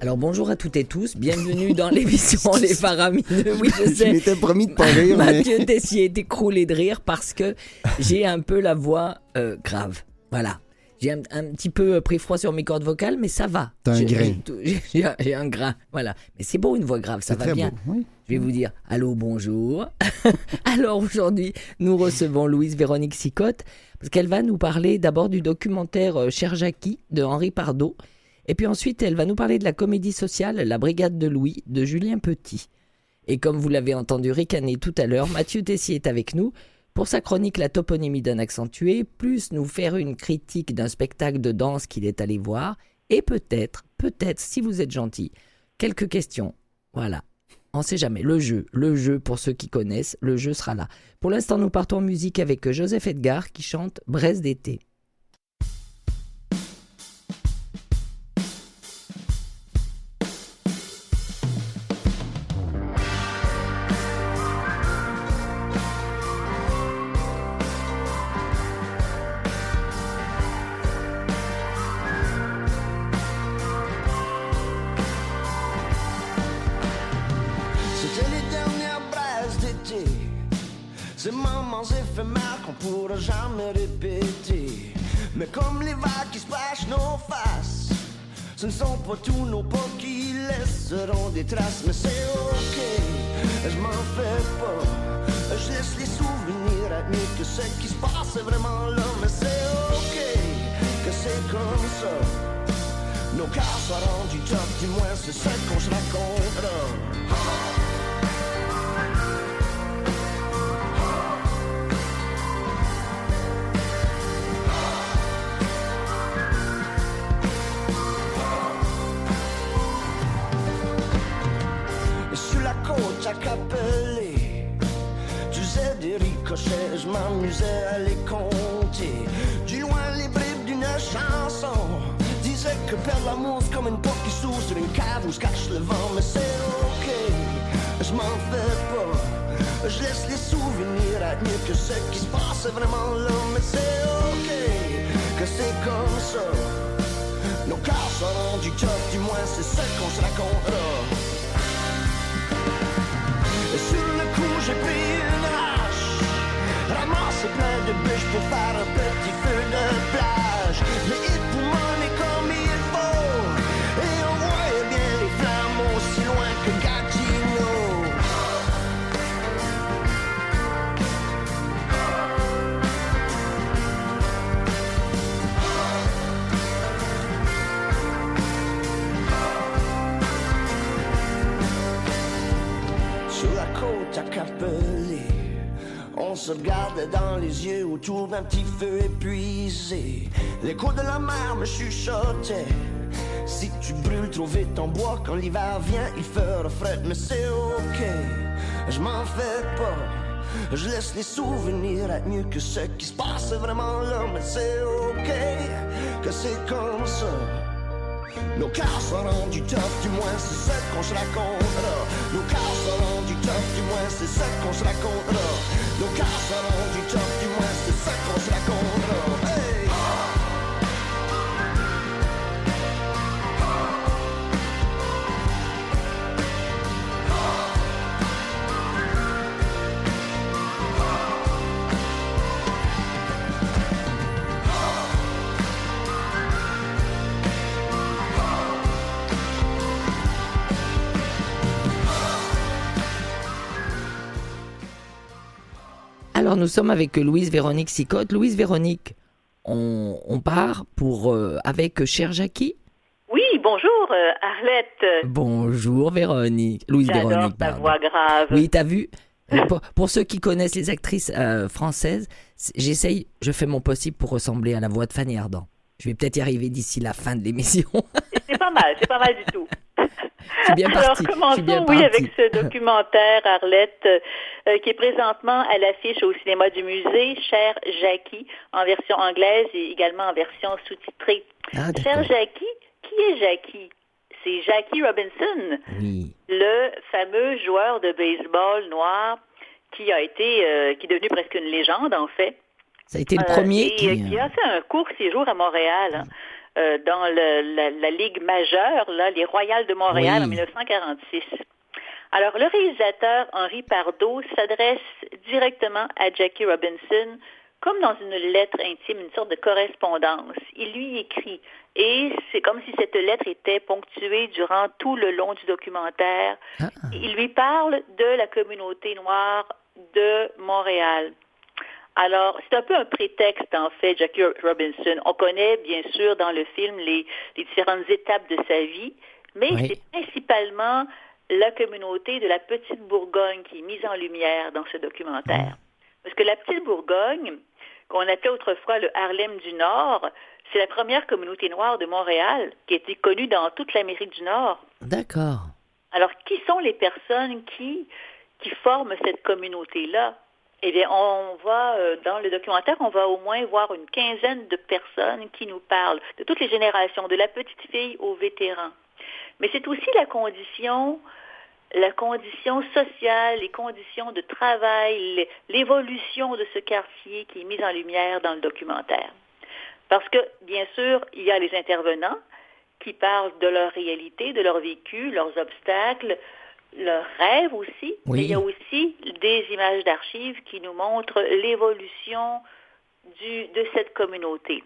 Alors bonjour à toutes et tous, bienvenue dans l'émission Les Faramineux. Oui, je sais. Je m'étais promis de pas rire, mais... Mathieu Tessier est écroulé de rire parce que j'ai un peu la voix grave. Voilà. J'ai un petit peu pris froid sur mes cordes vocales, mais ça va. T'as un grain. J'ai un grain, voilà. Mais c'est beau une voix grave, ça va bien. Beau, oui. Je vais vous dire allô, bonjour. Alors aujourd'hui, nous recevons Louise Véronique Sicotte parce qu'elle va nous parler d'abord du documentaire Cher Jackie de Henri Pardo. Et puis ensuite, elle va nous parler de la comédie sociale La Brigade de Louis de Julien Petit. Et comme vous l'avez entendu ricaner tout à l'heure, Mathieu Tessier est avec nous pour sa chronique La toponymie d'un accentué, plus nous faire une critique d'un spectacle de danse qu'il est allé voir, et peut-être, si vous êtes gentil, quelques questions. Voilà, on ne sait jamais. Le jeu, pour ceux qui connaissent, le jeu sera là. Pour l'instant, nous partons en musique avec Joseph Edgar qui chante Braise d'été. Ces moments éphémères qu'on pourra jamais répéter. Mais comme les vagues qui splashent nos faces, ce ne sont pas tous nos pas qui laisseront des traces. Mais c'est ok, je m'en fais pas. Je laisse les souvenirs admis que ce qui se passe est vraiment là. Mais c'est ok, que c'est comme ça. Nos cœurs sont rendus top, du moins c'est ce qu'on se racontera. À Capelé, tu faisais des ricochets, je m'amusais à les compter. Du loin les bribes d'une chanson disaient que perdre l'amour c'est comme une porte qui s'ouvre sur une cave où se cache le vent. Mais c'est ok, je m'en fais pas. Je laisse les souvenirs admire que ce qui se passe est vraiment là. Mais c'est ok, que c'est comme ça. Nos cœurs sont rendus top, du moins c'est ce qu'on se racontera. Sur le coup j'ai pris une hache, ramassé plein de bûches pour faire un petit feu de plage. Les hits pour money comme il faut, et on voyait bien les flammes aussi loin que Gatineau. Sur la côte à Capelé, on se regardait dans les yeux autour d'un petit feu épuisé. L'écho de la mer me chuchotait: si tu brûles trop vite en bois, quand l'hiver vient, il fera frais. Mais c'est ok, je m'en fais pas. Je laisse les souvenirs être mieux que ce qui se passe vraiment là. Mais c'est ok, que c'est comme ça. Nos cœurs sont rendus tough, du moins c'est ce qu'on se racontera. Nos cœurs sont rendus tough, du moins c'est ce qu'on se racontera. Nos cœurs sont rendus tough, du moins c'est ce qu'on se racontera. Hey! Alors nous sommes avec Louise Véronique Sicotte. Louise Véronique, on part pour avec Cher Jackie. Oui, bonjour Arlette. Bonjour Véronique. Louise J'adore Véronique, ta pardon. voix grave. Oui, t'as vu pour ceux qui connaissent les actrices françaises, je fais mon possible pour ressembler à la voix de Fanny Ardant. Je vais peut-être y arriver d'ici la fin de l'émission. C'est pas mal du tout. Je suis bien partie. Alors commençons, oui, avec ce documentaire, Arlette, qui est présentement à l'affiche au cinéma du musée, Cher Jackie, en version anglaise et également en version sous-titrée. Cher Jackie, qui est Jackie? C'est Jackie Robinson, oui, le fameux joueur de baseball noir qui est devenu presque une légende en fait. Ça a été le premier qui a fait un court séjour à Montréal. dans la Ligue majeure, là, les Royals de Montréal en 1946. Alors, le réalisateur Henri Pardot s'adresse directement à Jackie Robinson comme dans une lettre intime, une sorte de correspondance. Il lui écrit, et c'est comme si cette lettre était ponctuée durant tout le long du documentaire. Il lui parle de la communauté noire de Montréal. Alors, c'est un peu un prétexte, en fait, Jackie Robinson. On connaît, bien sûr, dans le film, les différentes étapes de sa vie, mais c'est principalement la communauté de la Petite Bourgogne qui est mise en lumière dans ce documentaire. Parce que la Petite Bourgogne, qu'on appelait autrefois le Harlem du Nord, c'est la première communauté noire de Montréal qui a été connue dans toute l'Amérique du Nord. D'accord. Alors, qui sont les personnes qui forment cette communauté-là? Eh bien, on va, dans le documentaire, on va au moins voir une quinzaine de personnes qui nous parlent, de toutes les générations, de la petite fille aux vétérans. Mais c'est aussi la condition sociale, les conditions de travail, l'évolution de ce quartier qui est mise en lumière dans le documentaire. Parce que, bien sûr, il y a les intervenants qui parlent de leur réalité, de leur vécu, leurs obstacles, leurs rêves aussi, mais il y a aussi des images d'archives qui nous montrent l'évolution de cette communauté.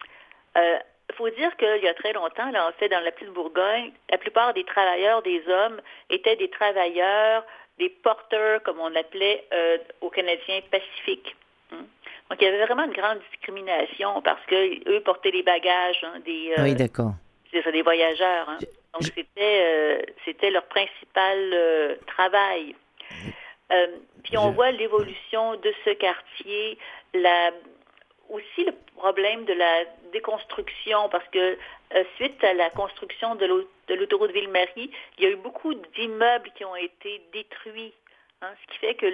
Il faut dire qu'il y a très longtemps, là, en fait, dans la Petite Bourgogne, la plupart des travailleurs, des hommes, étaient des travailleurs, des porteurs, comme on l'appelait aux Canadiens pacifiques. Donc, il y avait vraiment une grande discrimination parce qu'eux portaient les bagages oui, d'accord. Des voyageurs. Donc, c'était leur principal travail. Puis, on voit l'évolution de ce quartier, aussi le problème de la déconstruction, parce que suite à la construction de l'autoroute Ville-Marie, il y a eu beaucoup d'immeubles qui ont été détruits, ce qui fait que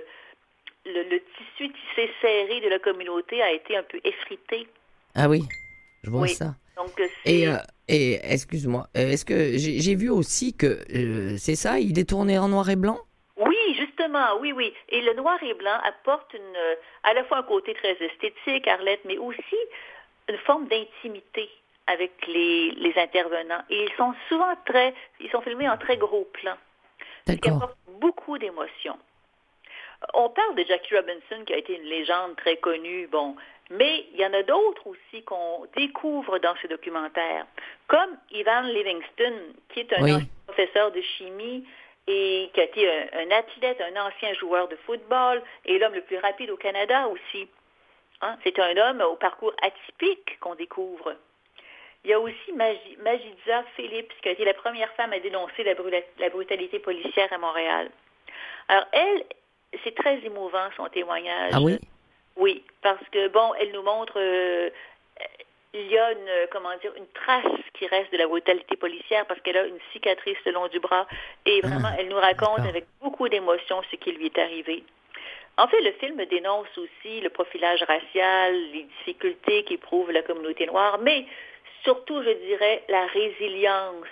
le tissu tissé serré de la communauté a été un peu effrité. Ah oui, je vois ça. Donc, et excuse-moi, est-ce que j'ai vu aussi que c'est ça, il est tourné en noir et blanc? Oui, justement, oui. Et le noir et blanc apporte à la fois un côté très esthétique, Arlette, mais aussi une forme d'intimité avec les intervenants. Et ils sont filmés en très gros plan. Ce qui apporte beaucoup d'émotions. On parle de Jackie Robinson, qui a été une légende très connue, mais il y en a d'autres aussi qu'on découvre dans ce documentaire, comme Ivan Livingston, qui est un ancien professeur de chimie et qui a été un athlète, un ancien joueur de football et l'homme le plus rapide au Canada aussi. C'est un homme au parcours atypique qu'on découvre. Il y a aussi Majida Phillips, qui a été la première femme à dénoncer la brutalité policière à Montréal. Alors, elle, c'est très émouvant, son témoignage. Ah oui? Oui, parce que, elle nous montre... il y a une trace qui reste de la brutalité policière parce qu'elle a une cicatrice le long du bras et vraiment, elle nous raconte avec beaucoup d'émotion ce qui lui est arrivé. En fait, le film dénonce aussi le profilage racial, les difficultés qu'éprouve la communauté noire, mais surtout, je dirais, la résilience,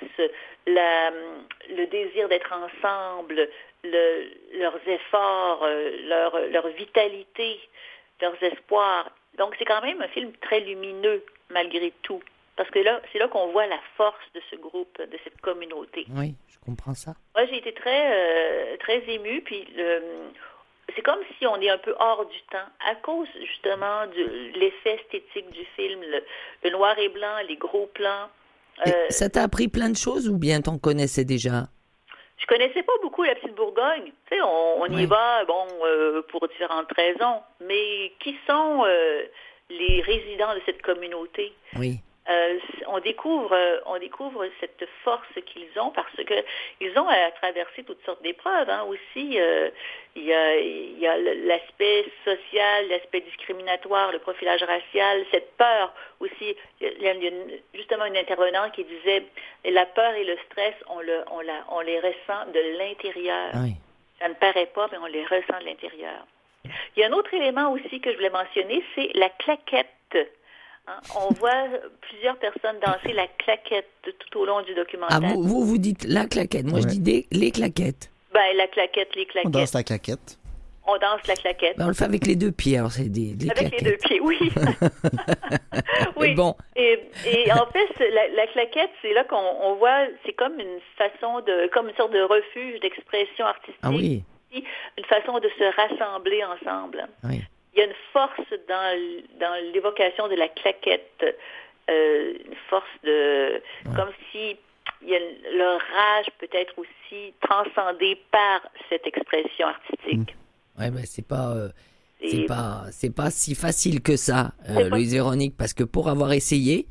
le désir d'être ensemble, leurs efforts, leur vitalité, leurs espoirs. Donc, c'est quand même un film très lumineux, malgré tout. Parce que là, c'est là qu'on voit la force de ce groupe, de cette communauté. Oui, je comprends ça. Moi, j'ai été très, très émue, puis c'est comme si on est un peu hors du temps, à cause, justement, de l'effet esthétique du film, le noir et blanc, les gros plans. Ça t'a appris plein de choses ou bien t'en connaissais déjà? Je connaissais pas beaucoup la Petite Bourgogne. Tu sais, on y va, pour différentes raisons. Mais qui sont les résidents de cette communauté? Oui. On découvre cette force qu'ils ont parce que ils ont traversé toutes sortes d'épreuves. Aussi, il y a l'aspect social, l'aspect discriminatoire, le profilage racial, cette peur aussi. Il y a justement une intervenante qui disait la peur et le stress, on les ressent de l'intérieur. Oui. Ça ne paraît pas, mais on les ressent de l'intérieur. Il y a un autre élément aussi que je voulais mentionner, c'est la claquette. On voit plusieurs personnes danser la claquette tout au long du documentaire. Ah, vous dites la claquette. Moi, je dis les claquettes. La claquette, les claquettes. On danse la claquette. On danse la claquette. On le fait avec les 2 pieds, alors c'est des avec claquettes. Les 2 pieds, oui. Oui. Bon. Et en fait, la claquette, c'est là qu'on voit, c'est comme une comme une sorte de refuge d'expression artistique. Ah oui. Une façon de se rassembler ensemble. Oui. Il y a une force dans l'évocation de la claquette, une force comme si il y a le rage peut-être aussi transcendé par cette expression artistique. Ouais, ben c'est pas si facile que ça, Louise Véronique, parce que pour avoir essayé,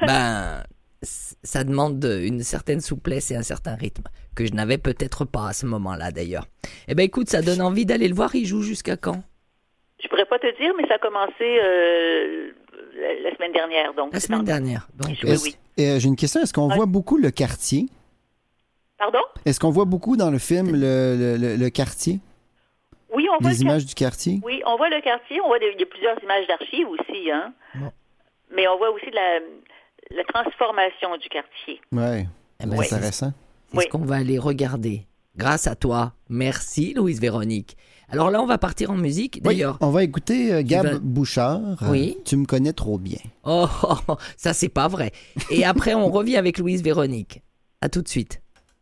ça demande une certaine souplesse et un certain rythme que je n'avais peut-être pas à ce moment-là d'ailleurs. Eh ben écoute, ça donne envie d'aller le voir. Il joue jusqu'à quand? Je pourrais pas te dire, mais ça a commencé la semaine dernière. Donc la semaine dernière. Donc, oui. J'ai une question. Est-ce qu'on voit beaucoup le quartier? Pardon? Est-ce qu'on voit beaucoup dans le film le quartier? Oui, on voit les images du quartier? Oui, on voit le quartier. Il y a plusieurs images d'archives aussi, hein. Bon. Mais on voit aussi la transformation du quartier. Ouais. C'est intéressant. C'est ce qu'on va aller regarder. Grâce à toi. Merci, Louise Véronique. Alors là, on va partir en musique. D'ailleurs, on va écouter Gab Bouchard. Oui. Tu me connais trop bien. Oh, ça, c'est pas vrai. Et après, on revient avec Louise Véronique. À tout de suite.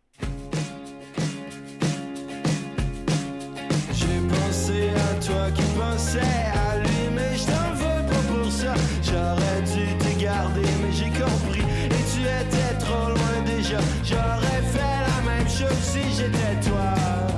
J'ai pensé à toi qui pensais à lui, mais je t'en veux pas pour ça. J'aurais dû te garder, mais j'ai compris. Et tu étais trop loin déjà. J'aurais fait la même chose si j'étais toi.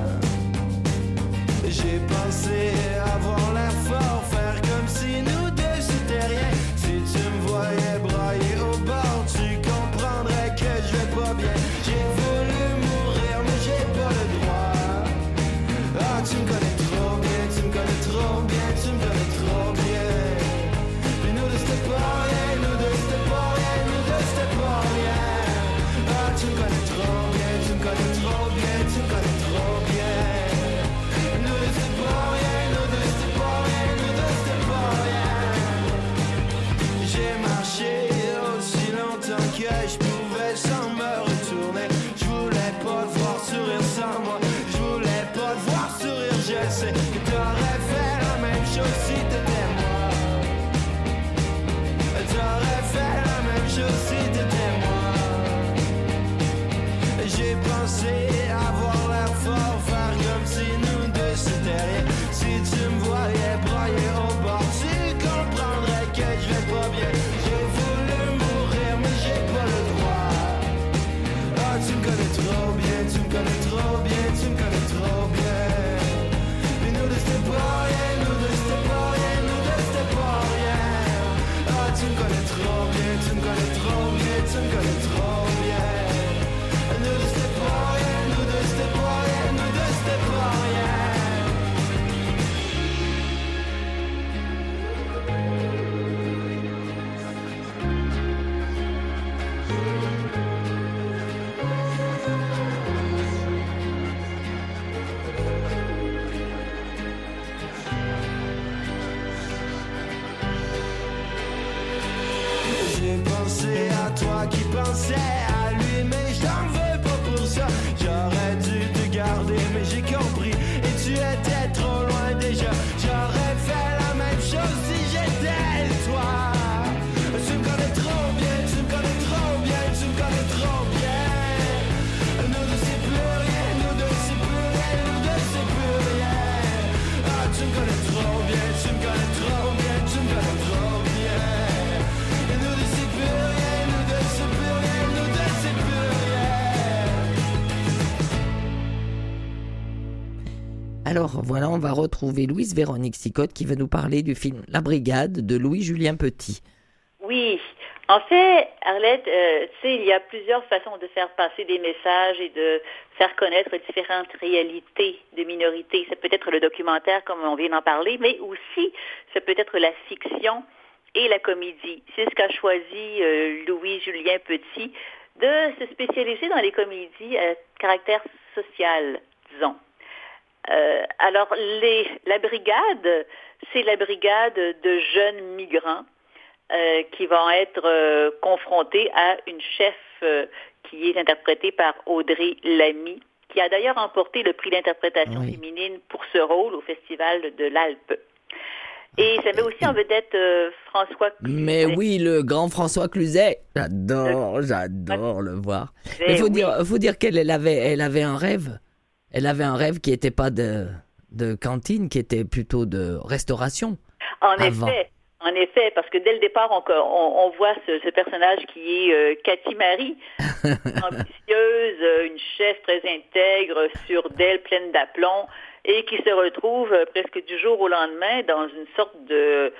J'ai pensé avoir l'air fort, faire comme si nous deux c'était rien. Si tu me voyais brailler au bord, tu comprendrais que je vais pas bien. J'ai voulu mourir, mais j'ai pas le droit. Ah, tu me connais trop bien, tu me connais trop bien, tu me connais trop bien. Puis nous deux c'était pas rien, nous deux c'était pas rien, nous deux c'était pas rien. Ah, tu me connais trop bien, tu me connais trop bien, tu me connais trop bien. J'ai marché aussi longtemps que je pouvais sans me retourner. Je voulais pas te voir sourire sans moi. Je voulais pas te voir sourire. Je sais que t'aurais fait la même chose si t'étais moi. T'aurais fait la même chose si t'étais moi. J'ai pensé avoir l'air fort, faire comme si nous deux c'était rien. Si tu me voyais brailler au bord, tu comprendrais que je vais pas bien. J'ai voulu mourir, mais j'ai pas le droit. Ah, tu me connais trop bien, tu me connais trop bien, tu me connais trop bien. Mais nous deux c'était pas rien, nous deux c'était pas rien, nous deux c'était pas rien. Ah, tu me connais trop bien, tu me connais trop bien, tu me connais trop bien. Nous deux c'était pas rien, nous deux c'était pas rien, nous deux c'était pas rien. J'ai pensé à toi qui pensais à lui, mais je t'en veux pas pour ça. J'aurais dû te garder, mais j'ai compris. Et tu étais trop loin déjà. J'aurais fait la même chose si j'étais toi. Tu me connais trop bien, tu me connais trop bien, tu me connais trop bien. Nous deux c'est plus rien, nous deux c'est plus rien, nous deux c'est plus rien. Ah, tu me connais trop bien, tu me connais trop bien, tu me connais trop bien. Nous deux c'est plus rien, nous deux c'est plus rien, nous deux c'est plus rien. Alors voilà, on va retrouver Louise Véronique Sicotte qui va nous parler du film La Brigade de Louis-Julien Petit. Oui. En fait, Arlette, tu sais, il y a plusieurs façons de faire passer des messages et de faire connaître différentes réalités de minorités. Ça peut être le documentaire, comme on vient d'en parler, mais aussi, ça peut être la fiction et la comédie. C'est ce qu'a choisi Louis-Julien Petit, de se spécialiser dans les comédies à caractère social, disons. Alors, la brigade, c'est la brigade de jeunes migrants qui vont être confrontés à une chef qui est interprétée par Audrey Lamy, qui qui a d'ailleurs remporté le prix d'interprétation féminine pour ce rôle au Festival de l'Alpe. Et ça met aussi en vedette François Cluzet. Mais oui, le grand François Cluzet. J'adore le voir. Mais faut dire qu'elle avait un rêve. Elle avait un rêve qui n'était pas de cantine, qui était plutôt de restauration. En effet, parce que dès le départ, on voit ce personnage qui est Cathy Marie, ambitieuse, une chef très intègre, sûre d'elle, pleine d'aplomb, et qui se retrouve presque du jour au lendemain dans une sorte de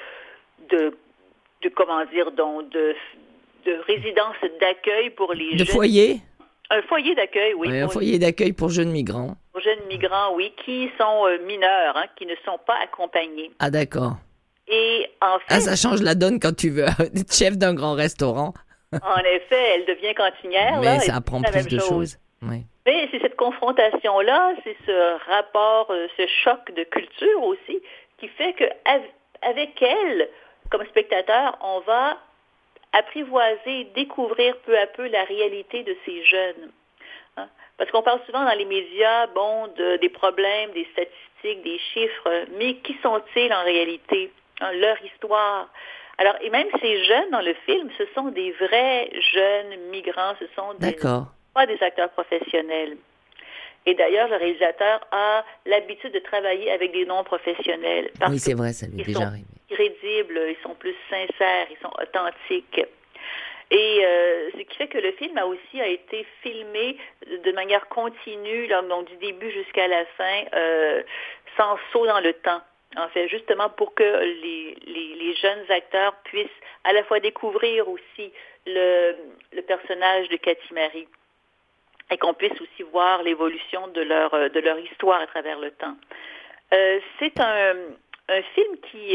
résidence d'accueil pour les jeunes. De foyer? Un foyer d'accueil, oui. Un foyer d'accueil pour jeunes migrants. Pour jeunes migrants, oui, qui sont mineurs, qui ne sont pas accompagnés. Ah, d'accord. Et en fait... ça change la donne quand tu veux être chef d'un grand restaurant. En effet, elle devient cantinière. Mais ça apprend plus de choses. Oui. Mais c'est cette confrontation-là, c'est ce rapport, ce choc de culture aussi, qui fait qu'avec elle, comme spectateur, on va apprivoiser, découvrir peu à peu la réalité de ces jeunes. Parce qu'on parle souvent dans les médias, des problèmes, des statistiques, des chiffres, mais qui sont-ils en réalité? Leur histoire. Alors, et même ces jeunes dans le film, ce sont des vrais jeunes migrants, ce sont pas des acteurs professionnels. Et d'ailleurs, le réalisateur a l'habitude de travailler avec des non-professionnels. Oui, c'est vrai, ça lui est déjà arrivé. Ils sont crédibles, ils sont plus sincères, ils sont authentiques. Et ce qui fait que le film a été filmé de manière continue, donc du début jusqu'à la fin, sans saut dans le temps. En fait, justement pour que les jeunes acteurs puissent à la fois découvrir aussi le personnage de Cathy Marie et qu'on puisse aussi voir l'évolution de leur histoire à travers le temps. C'est un film qui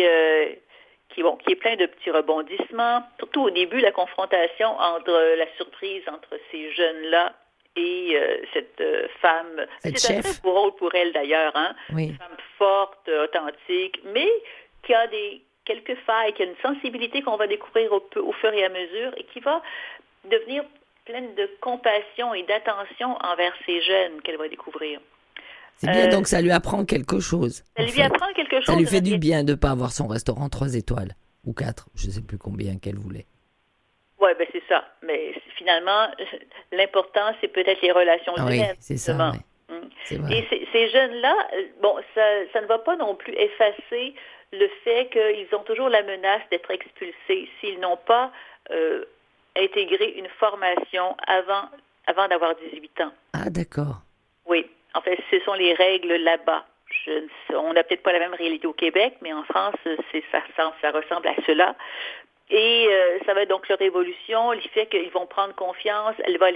est plein de petits rebondissements, surtout au début, la confrontation la surprise entre ces jeunes-là et cette femme. C'est un très beau rôle pour elle d'ailleurs, Oui. Une femme forte, authentique, mais qui a quelques failles, qui a une sensibilité qu'on va découvrir au fur et à mesure et qui va devenir pleine de compassion et d'attention envers ces jeunes qu'elle va découvrir. C'est bien, donc ça lui apprend quelque chose. Ça lui apprend quelque chose. Ça lui fait du bien de ne pas avoir son restaurant 3 étoiles, ou 4, je ne sais plus combien qu'elle voulait. Oui, c'est ça. Mais finalement, l'important, c'est peut-être les relations humaines. Oui, c'est ça. Oui. C'est vrai. Et ces jeunes-là, ça ne va pas non plus effacer le fait qu'ils ont toujours la menace d'être expulsés s'ils n'ont pas intégré une formation avant d'avoir 18 ans. Ah, d'accord. Oui. En fait, ce sont les règles là-bas. On n'a peut-être pas la même réalité au Québec, mais en France, ça ressemble à cela. Et ça va être donc leur évolution, le fait qu'ils vont prendre confiance, elle va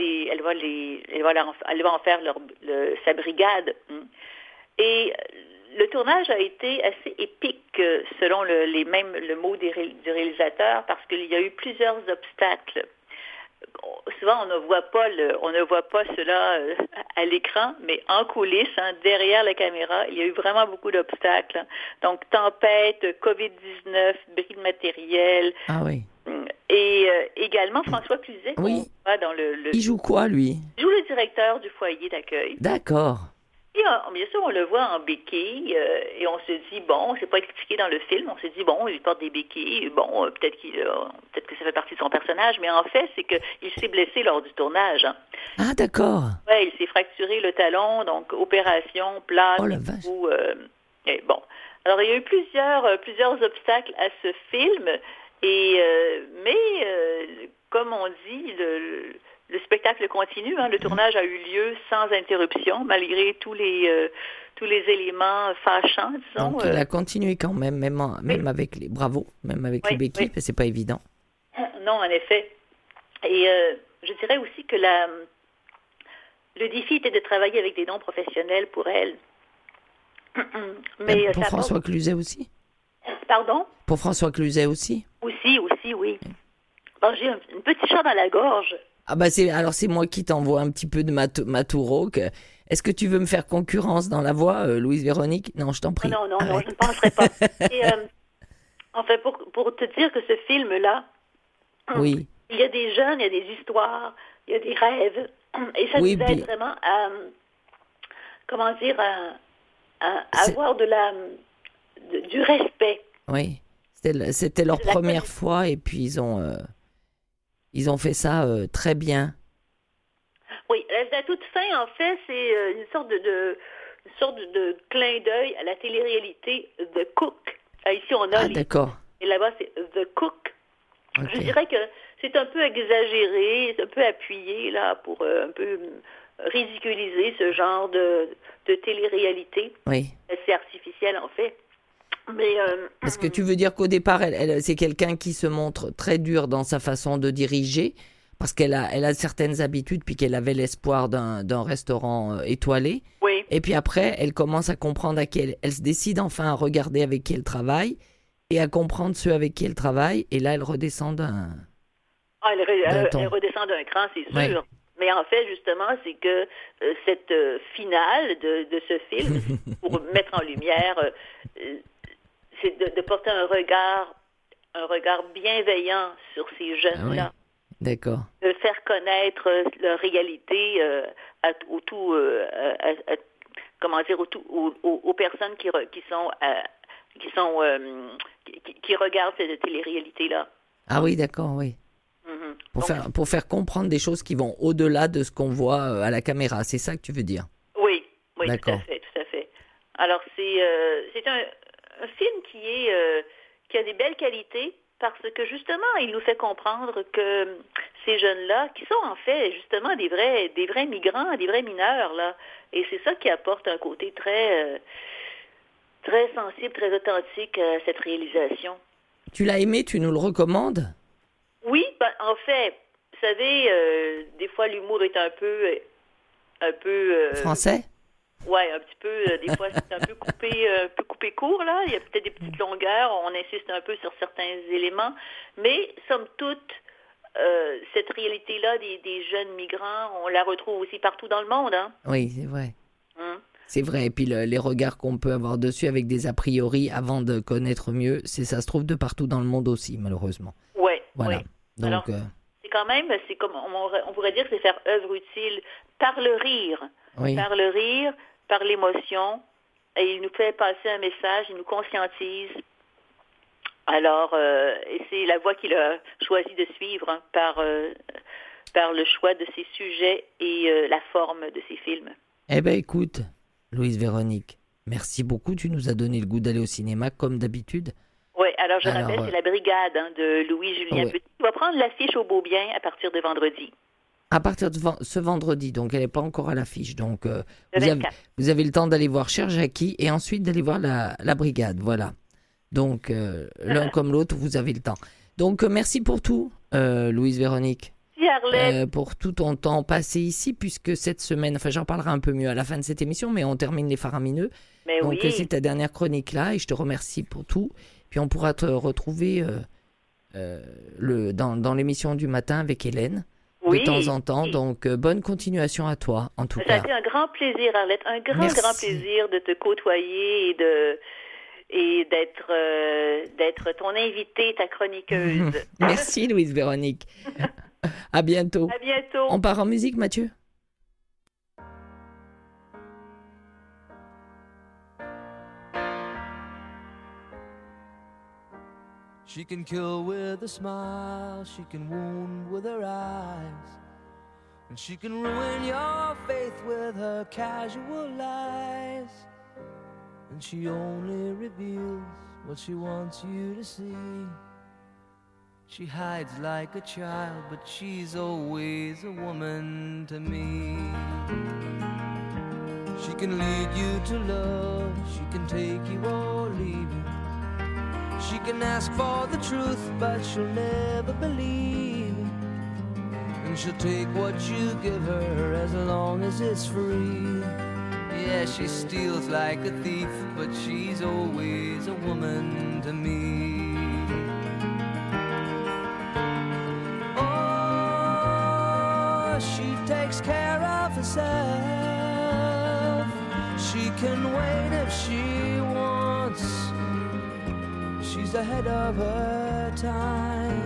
en faire sa brigade. Et le tournage a été assez épique selon le mot du réalisateur, parce qu'il y a eu plusieurs obstacles. Souvent, on ne voit pas cela à l'écran, mais en coulisses, derrière la caméra, il y a eu vraiment beaucoup d'obstacles. Donc, tempête, COVID-19, bris de matériel. Ah oui. Et également, François Cluzet. Oui. Dans Il joue quoi, lui? Il joue le directeur du foyer d'accueil. D'accord. Et bien sûr, on le voit en béquille et on se dit, c'est pas expliqué dans le film, on se dit, il porte des béquilles, peut-être que ça fait partie de son personnage, mais en fait, c'est qu'il s'est blessé lors du tournage. Ah, d'accord. Oui, il s'est fracturé le talon, donc opération, plaque, Alors, il y a eu plusieurs obstacles à ce film, mais comme on dit, le spectacle continue. Le tournage a eu lieu sans interruption, malgré tous les éléments fâchants, disons. Donc, il a continué quand même, même avec les les béquilles, c'est pas évident. Non, en effet. Et je dirais aussi que le défi était de travailler avec des non-professionnels pour elle. Mais pour François Cluzet aussi? Pardon? Pour François Cluzet aussi? Aussi, oui. Bon, j'ai un petit chat dans la gorge. Ah c'est moi qui t'envoie un petit peu de ma touroque. Est-ce que tu veux me faire concurrence dans la voix, Louise Véronique? Non, je t'en prie. Non, je ne penserai pas. Et, en fait, pour te dire que ce film-là, oui. Il y a des jeunes, il y a des histoires, il y a des rêves, et ça nous aide vraiment comment dire, avoir du respect. Oui, c'était leur première fois et puis ils ont fait ça très bien. Oui, la toute fin, en fait, c'est une sorte de clin d'œil à la télé-réalité The Cook. Ici, on a d'accord. Et là-bas, c'est The Cook. Okay. Je dirais que c'est un peu exagéré, c'est un peu appuyé là pour un peu ridiculiser ce genre de télé-réalité. Oui. C'est artificiel, en fait. Mais est-ce que tu veux dire qu'au départ, c'est quelqu'un qui se montre très dur dans sa façon de diriger parce qu'elle a certaines habitudes puis qu'elle avait l'espoir d'un restaurant étoilé. Oui. Et puis après, elle commence à comprendre elle se décide enfin à regarder avec qui elle travaille et à comprendre ceux avec qui elle travaille. Et là, elle redescend d'un elle redescend d'un cran, c'est sûr. Ouais. Mais en fait, justement, c'est que cette finale de ce film, pour mettre en lumière, c'est de porter un regard bienveillant sur ces jeunes-là. Ah oui. D'accord. De faire connaître leur réalité aux personnes qui regardent cette télé-réalité-là. Ah oui, d'accord, oui. Mm-hmm. Pour faire comprendre des choses qui vont au-delà de ce qu'on voit à la caméra, c'est ça que tu veux dire? Oui, d'accord. tout à fait. Alors c'est un film qui a des belles qualités parce que justement il nous fait comprendre que ces jeunes-là, qui sont en fait justement des vrais migrants, des vrais mineurs là, et c'est ça qui apporte un côté très très sensible, très authentique à cette réalisation. Tu l'as aimé, tu nous le recommandes? Oui, en fait, vous savez, des fois l'humour est un peu français? Ouais, un petit peu. Des fois, c'est un peu coupé court là. Il y a peut-être des petites longueurs. On insiste un peu sur certains éléments, mais somme toute, cette réalité-là des jeunes migrants, on la retrouve aussi partout dans le monde, hein. Oui, c'est vrai. C'est vrai. Et puis les regards qu'on peut avoir dessus avec des a priori avant de connaître mieux, ça se trouve de partout dans le monde aussi, malheureusement. Ouais. Voilà. Ouais. Donc, alors, c'est comme on pourrait dire, c'est faire œuvre utile par le rire. Oui. Par le rire, par l'émotion, et il nous fait passer un message, il nous conscientise. Alors, et c'est la voie qu'il a choisi de suivre par le choix de ses sujets et la forme de ses films. Eh bien, écoute, Louise Véronique, merci beaucoup. Tu nous as donné le goût d'aller au cinéma, comme d'habitude. Oui, alors je rappelle, c'est La Brigade de Louis-Julien Petit. Il va prendre l'affiche au Beau-Bien à partir de vendredi. À partir de ce vendredi, donc elle n'est pas encore à l'affiche. Donc vous avez le temps d'aller voir Cher Jackie et ensuite d'aller voir la Brigade, voilà. Donc l'un comme l'autre, vous avez le temps. Donc merci pour tout, Louise Véronique. Pour tout ton temps passé ici, puisque cette semaine, enfin j'en parlerai un peu mieux à la fin de cette émission, mais on termine les faramineux. Mais donc oui. c'est ta dernière chronique là et je te remercie pour tout. Puis on pourra te retrouver dans l'émission du matin avec Hélène. Oui, de temps en temps, donc bonne continuation à toi, en tout cas. Ça a été un grand plaisir, Arlette, un grand plaisir de te côtoyer et d'être ton invitée, ta chroniqueuse. Merci, Louise Véronique. À bientôt. À bientôt. On part en musique, Mathieu? She can kill with a smile, she can wound with her eyes, and she can ruin your faith with her casual lies. And she only reveals what she wants you to see. She hides like a child, but she's always a woman to me. She can lead you to love, she can take you or leave you. She can ask for the truth, but she'll never believe. And she'll take what you give her as long as it's free. Yeah, she steals like a thief, but she's always a woman to me. Oh, she takes care of herself. She can wait if she wants. She's ahead of her time.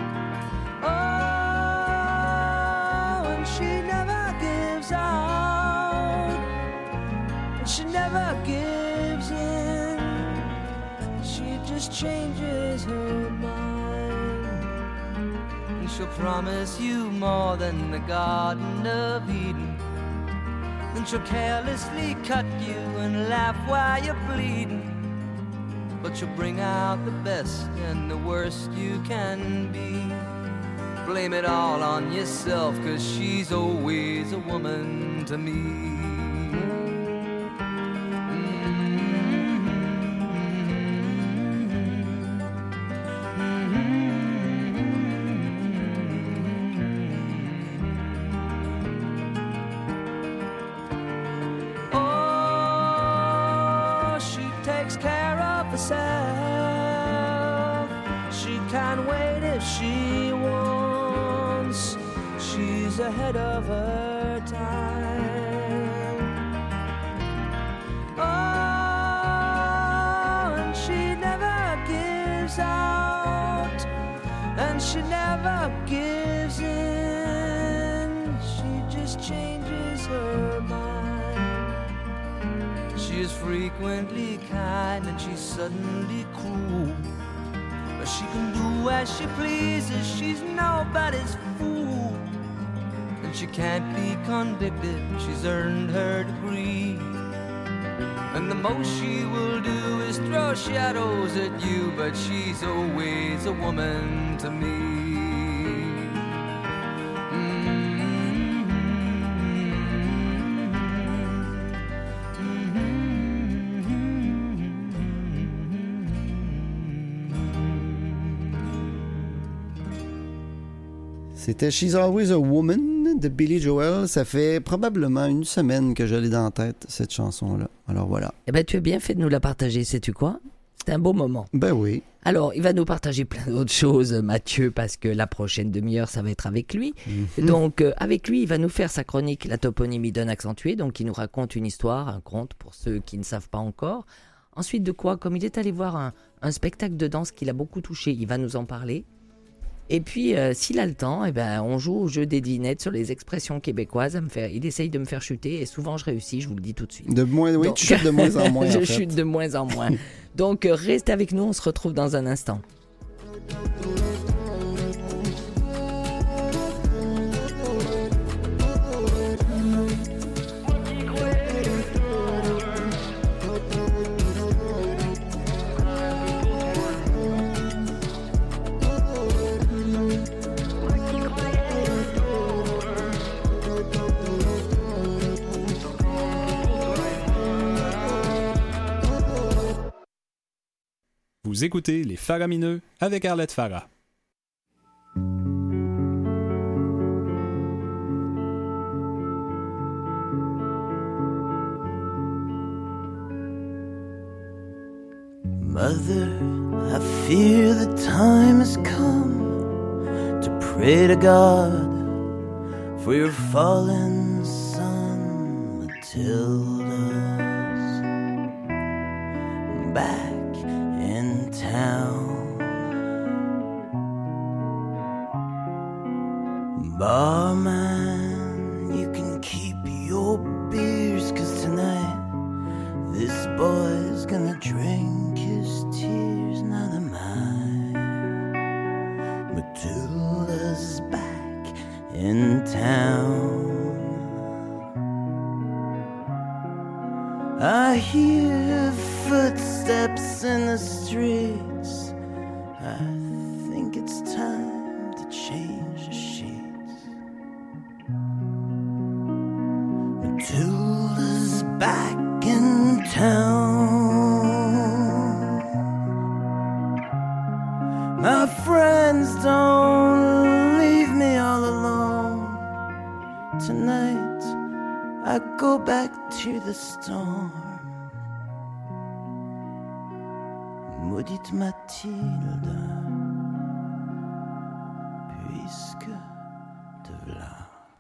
Oh, and she never gives up. she just changes her mind. And she'll promise you more than the Garden of Eden. Then she'll carelessly cut you and laugh while you're bleeding. But she'll bring out the best and the worst you can be. Blame it all on yourself, 'cause she's always a woman to me. Oh, she takes care of herself. She can wait if she wants. She's ahead of her time. Oh, and she never gives out, and she never gives in. She just changes her mind. She is frequently kind and she's suddenly cruel. But she can do as she pleases, she's nobody's fool. And she can't be convicted, she's earned her degree. And the most she will do is throw shadows at you, but she's always a woman to me. C'était She's Always a Woman de Billy Joel. Ça fait probablement une semaine que je l'ai dans la tête, cette chanson-là. Alors voilà. Eh bien, tu as bien fait de nous la partager, sais-tu quoi? C'était un beau moment. Ben oui. Alors, il va nous partager plein d'autres choses, Mathieu, parce que la prochaine demi-heure, ça va être avec lui. Donc, avec lui, il va nous faire sa chronique « La toponymie d'un accentué », donc il nous raconte une histoire, un conte, pour ceux qui ne savent pas encore. Ensuite de quoi, comme il est allé voir un spectacle de danse qui l'a beaucoup touché, il va nous en parler. Et puis, s'il a le temps, eh ben, on joue au jeu des devinettes sur les expressions québécoises. Il essaye de me faire chuter et souvent je réussis, je vous le dis tout de suite. Oui, tu chutes de moins en moins. Je chute de moins en moins. Donc, reste avec nous, on se retrouve dans un instant. Vous écoutez Les Faramineux avec Arlette Farah. Mother, I fear the time has come to pray to God for your fallen son, Matilda's back in town. Barman, you can keep your beers, 'cause tonight this boy's gonna drink his tears. Now they're mine. Matilda's back in town. I hear footsteps in the streets. I think it's time to change the sheets. Matilda's back in town. My friends, don't leave me all alone. Tonight I go back to the storm. Maudite Mathilde, puisque te v'là.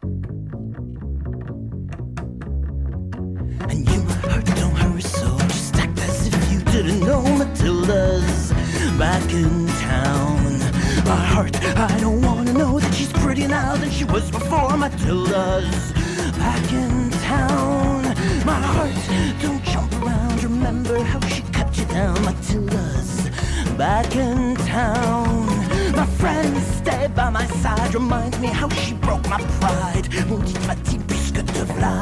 And you, my heart, don't hurry so. Just act as if you didn't know. Matilda's back in town. My heart, I don't wanna know that she's prettier now than she was before. Matilda's back in town. My heart, don't jump around. Remember how she cut you down. Matilda's back in town. My friend stay by my side, reminds me how she broke my pride. Maudite Mathilde, puisque te v'là.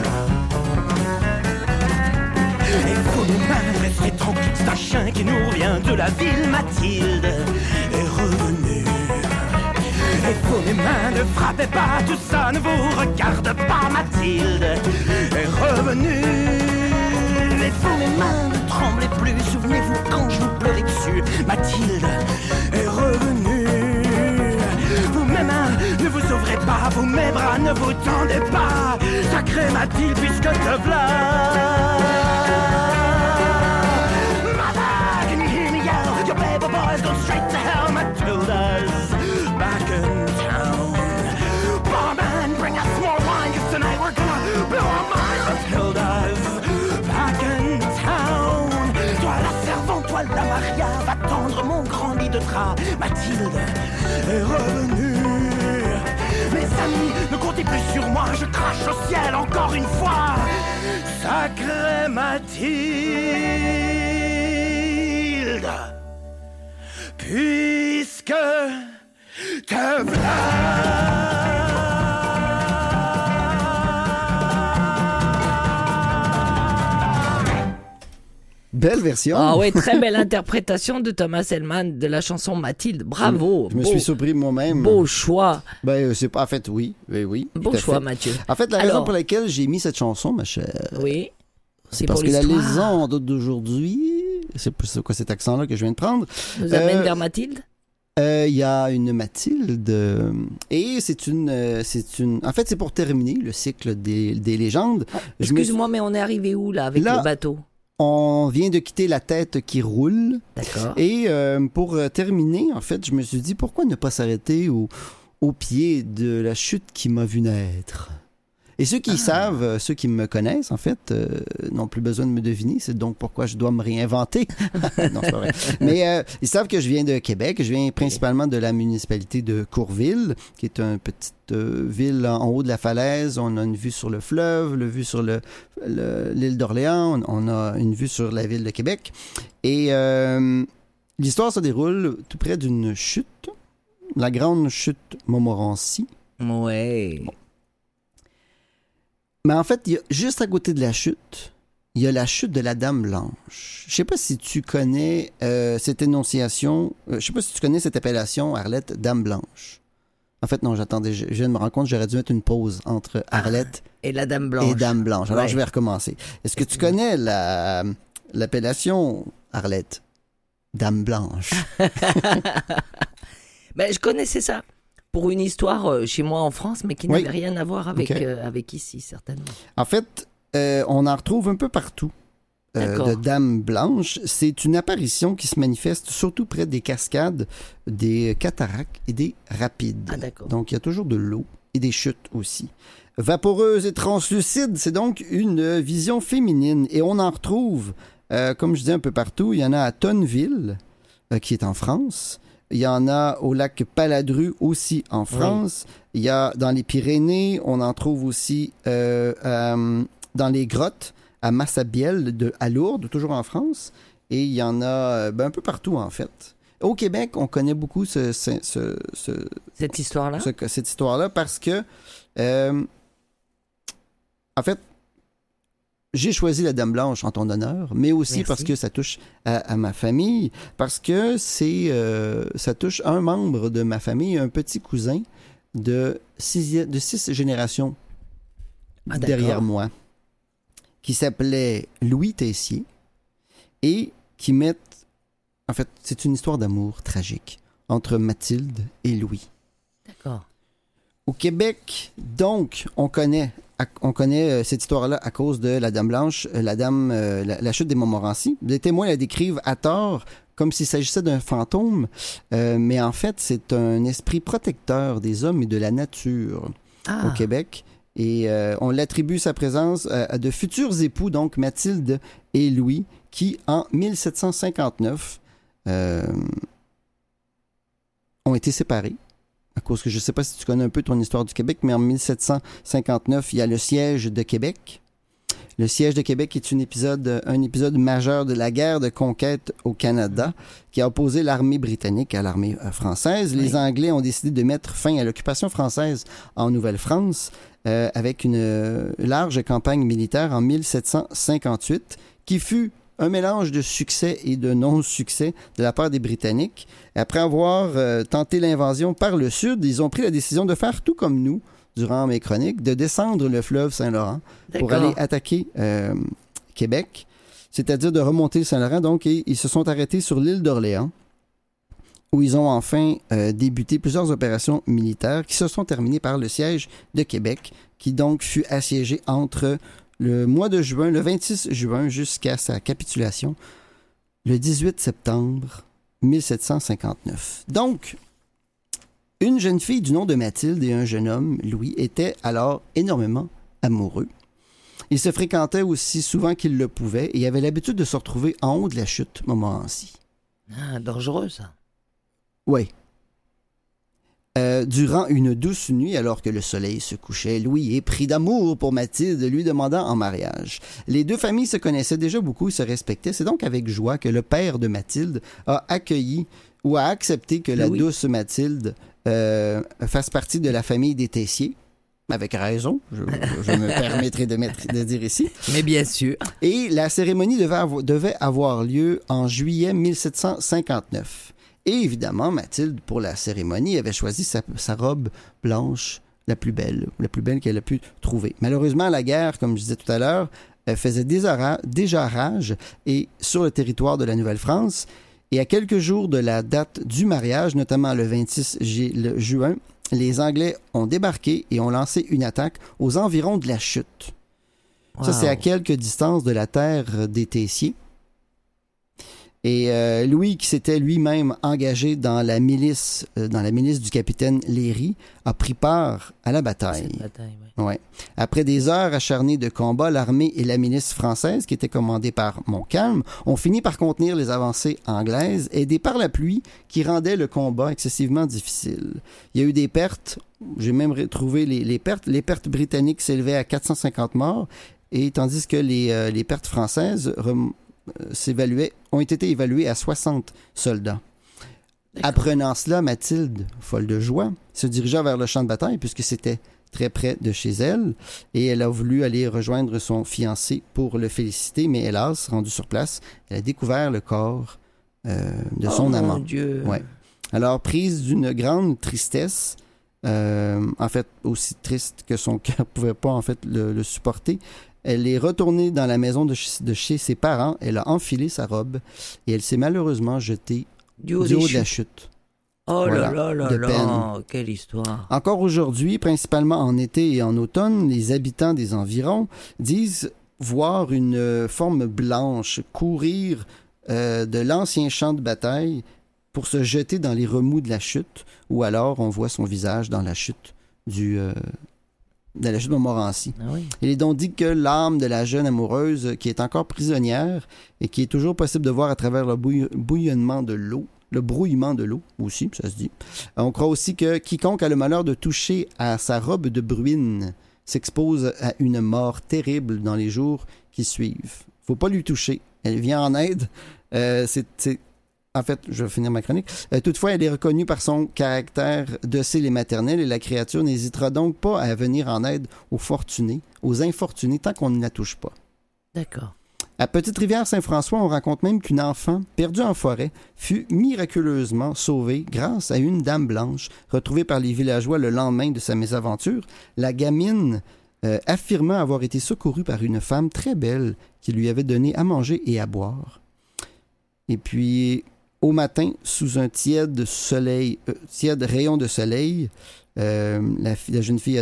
Et faut nous rester tranquille, c'est un chien qui nous revient de la ville. Mathilde est revenue. Et faut mes mains, ne frappez pas, tout ça ne vous regarde pas. Mathilde est revenue. Et faut mes mains, ne tremblez plus, souvenez-vous quand je vous pleurais dessus. Mathilde est revenue. Vous mes mains, ne vous ouvrez pas, vous mes bras, ne vous tendez pas. Sacré Mathilde, puisque te v'là. Your baby boys go straight to hell. Matilda's back in town. Barman, bring us more wine, cause tonight we're gonna blow our minds. Matilda's back in town. Toi la servante, toi la Maria, va tendre mon grand lit de drap. Mathilde est revenue. Mes amis, ne comptez plus sur moi, je crache au ciel encore une fois. Sacré Mathilde, puisque te v'là. Belle version. Ah oui, très belle interprétation de Thomas Hellman de la chanson Mathilde. Bravo. Je me suis surpris moi-même. Beau choix. Ben, c'est pas... En fait, oui. Oui. Beau choix, Mathieu. En fait, la raison pour laquelle j'ai mis cette chanson, ma chère... Oui. C'est parce que la légende d'aujourd'hui... C'est quoi cet accent-là que je viens de prendre? Nous amène vers Mathilde? Il y a une Mathilde et c'est une... En fait, c'est pour terminer le cycle des légendes. Excuse-moi, mais on est arrivé où, là, avec le bateau? On vient de quitter la tête qui roule. D'accord. Et pour terminer, en fait, je me suis dit, pourquoi ne pas s'arrêter au pied de la chute qui m'a vu naître? Et ceux qui savent, ceux qui me connaissent, en fait, n'ont plus besoin de me deviner. C'est donc pourquoi je dois me réinventer. Non, c'est pas vrai. Mais ils savent que je viens de Québec. Je viens principalement de la municipalité de Courville, qui est une petite ville en haut de la falaise. On a une vue sur le fleuve, une vue sur l'île d'Orléans. On a une vue sur la ville de Québec. Et l'histoire se déroule tout près d'une chute, la grande chute Montmorency. Ouais. Bon. Mais en fait, juste à côté de la chute, il y a la chute de la Dame Blanche. Je sais pas si tu connais cette énonciation, je sais pas si tu connais cette appellation, Arlette, Dame Blanche. En fait, non, j'attendais, je viens de me rendre compte, j'aurais dû mettre une pause entre Arlette et la Dame Blanche. Et Dame Blanche. Alors, je vais recommencer. Est-ce que tu connais l'appellation, Arlette, Dame Blanche? Ben, je connaissais ça. Pour une histoire chez moi en France, mais qui n'avait rien à voir avec, avec ici, certainement. En fait, on en retrouve un peu partout de Dame Blanche. C'est une apparition qui se manifeste surtout près des cascades, des cataractes et des rapides. Ah, d'accord. Donc, il y a toujours de l'eau et des chutes aussi. Vaporeuse et translucide, c'est donc une vision féminine. Et on en retrouve, comme je disais, un peu partout. Il y en a à Tonneville, qui est en France. Il y en a au lac Paladru aussi en France. Il y a dans les Pyrénées, on en trouve aussi dans les grottes à Massabielle, à Lourdes, toujours en France. Et il y en a un peu partout en fait. Au Québec, on connaît beaucoup cette histoire-là. Cette histoire-là parce que, en fait, j'ai choisi la Dame Blanche en ton honneur, mais aussi parce que ça touche à ma famille, parce que ça touche un membre de ma famille, un petit cousin de 6 générations derrière moi, qui s'appelait Louis Tessier, et qui en fait, c'est une histoire d'amour tragique entre Mathilde et Louis. D'accord. Au Québec, donc, on connaît cette histoire-là à cause de la Dame Blanche, la chute des Montmorency. Les témoins la décrivent à tort comme s'il s'agissait d'un fantôme, mais en fait, c'est un esprit protecteur des hommes et de la nature au Québec. Et on l'attribue sa présence à de futurs époux, donc Mathilde et Louis, qui, en 1759, ont été séparés. À cause que je ne sais pas si tu connais un peu ton histoire du Québec, mais en 1759, il y a le siège de Québec. Le siège de Québec est un épisode majeur de la guerre de conquête au Canada qui a opposé l'armée britannique à l'armée française. Les Anglais ont décidé de mettre fin à l'occupation française en Nouvelle-France avec une large campagne militaire en 1758 qui fut un mélange de succès et de non-succès de la part des Britanniques. Après avoir tenté l'invasion par le sud, ils ont pris la décision de faire tout comme nous, durant mes chroniques, de descendre le fleuve Saint-Laurent pour aller attaquer Québec, c'est-à-dire de remonter le Saint-Laurent. Donc, ils se sont arrêtés sur l'île d'Orléans, où ils ont enfin débuté plusieurs opérations militaires qui se sont terminées par le siège de Québec, qui donc fut assiégé entre le mois de juin, le 26 juin, jusqu'à sa capitulation, le 18 septembre 1759. Donc, une jeune fille du nom de Mathilde et un jeune homme, Louis, étaient alors énormément amoureux. Ils se fréquentaient aussi souvent qu'ils le pouvaient et avaient l'habitude de se retrouver en haut de la chute Montmorency. Ah, dangereux, ça. Oui. Durant une douce nuit, alors que le soleil se couchait, Louis, épris d'amour pour Mathilde, lui demanda en mariage. Les deux familles se connaissaient déjà beaucoup et se respectaient. C'est donc avec joie que le père de Mathilde a accueilli ou a accepté que la douce Mathilde fasse partie de la famille des Tessiers. Avec raison, je me permettrai de dire ici. Mais bien sûr. Et la cérémonie devait avoir lieu en juillet 1759. Et évidemment, Mathilde, pour la cérémonie, avait choisi sa robe blanche la plus belle qu'elle a pu trouver. Malheureusement, la guerre, comme je disais tout à l'heure, faisait déjà rage et sur le territoire de la Nouvelle-France. Et à quelques jours de la date du mariage, notamment le 26 juin, les Anglais ont débarqué et ont lancé une attaque aux environs de la chute. Wow. Ça, c'est à quelques distances de la terre des Tessiers. Et Louis, qui s'était lui-même engagé dans la milice du capitaine Léry, a pris part à la bataille. Cette bataille, oui. Ouais. Après des heures acharnées de combat, l'armée et la milice française, qui était commandée par Montcalm, ont fini par contenir les avancées anglaises, aidées par la pluie qui rendait le combat excessivement difficile. Il y a eu des pertes, j'ai même retrouvé les pertes. Les pertes britanniques s'élevaient à 450 morts, et tandis que les pertes françaises ont été évalués à 60 soldats. D'accord. Apprenant cela, Mathilde, folle de joie, se dirigea vers le champ de bataille puisque c'était très près de chez elle et elle a voulu aller rejoindre son fiancé pour le féliciter, mais hélas, rendue sur place, elle a découvert le corps de son amant. Mon Dieu! Ouais. Alors, prise d'une grande tristesse, en fait aussi triste que son cœur ne pouvait pas en fait le supporter, elle est retournée dans la maison de chez ses parents, elle a enfilé sa robe et elle s'est malheureusement jetée du haut de la chute. Oh voilà, là là là là, quelle histoire. Encore aujourd'hui, principalement en été et en automne, les habitants des environs disent voir une forme blanche courir de l'ancien champ de bataille pour se jeter dans les remous de la chute, ou alors on voit son visage dans la chute de la chute de Montmorency. Ah oui. Il est donc dit que l'âme de la jeune amoureuse, qui est encore prisonnière et qui est toujours possible de voir à travers le bouillonnement de l'eau, le brouillement de l'eau aussi, ça se dit. On croit aussi que quiconque a le malheur de toucher à sa robe de bruine s'expose à une mort terrible dans les jours qui suivent. Faut pas lui toucher. Elle vient en aide. En fait, je vais finir ma chronique. Toutefois, elle est reconnue par son caractère docile et maternel et la créature n'hésitera donc pas à venir en aide aux infortunés, tant qu'on ne la touche pas. D'accord. À Petite-Rivière-Saint-François, on raconte même qu'une enfant, perdue en forêt, fut miraculeusement sauvée grâce à une dame blanche retrouvée par les villageois le lendemain de sa mésaventure. La gamine affirmant avoir été secourue par une femme très belle qui lui avait donné à manger et à boire. Et puis, au matin, sous un tiède rayon de soleil, la jeune fille a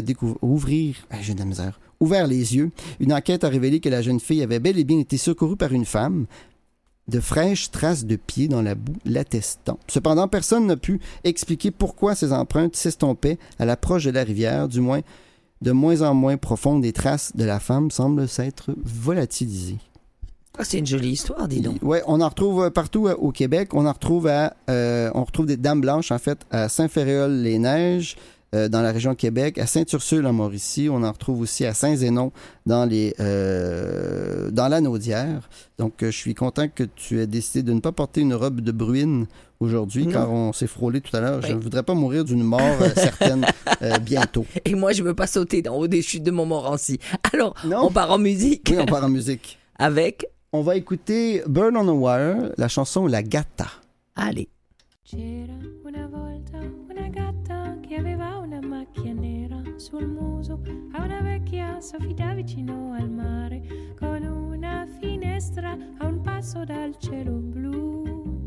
ouvert les yeux. Une enquête a révélé que la jeune fille avait bel et bien été secourue par une femme. De fraîches traces de pieds dans la boue l'attestant. Cependant, personne n'a pu expliquer pourquoi ces empreintes s'estompaient à l'approche de la rivière. Du moins, de moins en moins profondes, les traces de la femme semblent s'être volatilisées. Ah, c'est une jolie histoire, dis donc. Oui, on en retrouve partout au Québec. On retrouve des dames blanches, en fait, à Saint-Ferréol-les-Neiges, dans la région de Québec, à Sainte-Ursule en Mauricie. On en retrouve aussi à Saint-Zénon dans la Naudière. Donc, je suis content que tu aies décidé de ne pas porter une robe de bruine aujourd'hui, car on s'est frôlé tout à l'heure. Je ne voudrais pas mourir d'une mort certaine bientôt. Et moi, je ne veux pas sauter d'en haut des chutes de Montmorency. Alors, on part en musique. Oui, on part en musique. Avec? On va écouter Burn on a Wire, la chanson La Gatta. Allez. C'era una volta una gatta che aveva una macchia nera sul muso, a una vecchia soffità vicino al mare, con una finestra a un passo dal cielo blu.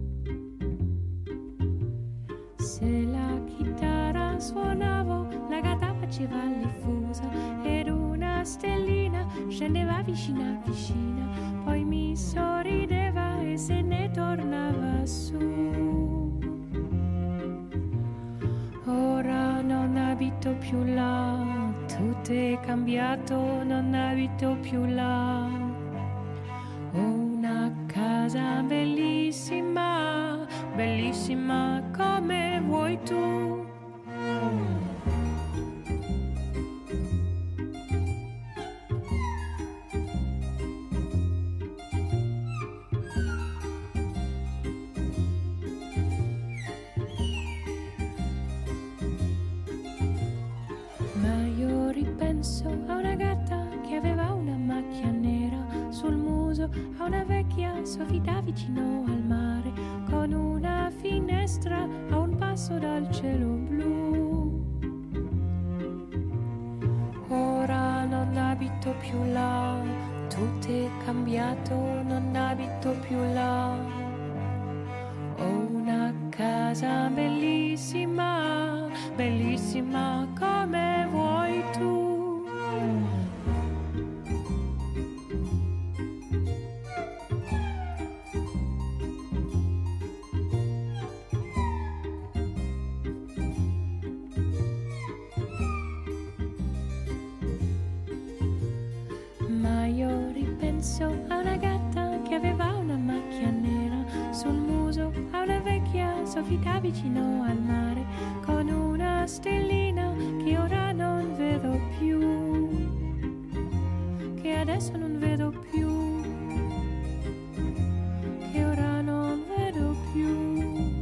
Se la chitarra suonavo, la gatta faceva l'effusa ed una stellina scendeva vicina vicina, poi mi sorrideva e se ne tornava su. Ora non abito più là, tutto è cambiato, non abito più là. Ho una casa bellissima, bellissima come vuoi tu. A una gatta che aveva una macchia nera sul muso, a una vecchia soffità vicino al mare, con una finestra a un passo dal cielo blu. Ora non abito più là, tutto è cambiato, non abito più là. Ho una casa bellissima, bellissima come vuoi tu. Ma io ripenso a una gatta che aveva una macchia nera sul muso, a una vecchia soffità vicino al mare, con una stellina che ora non vedo più, che adesso non vedo più, che ora non vedo più,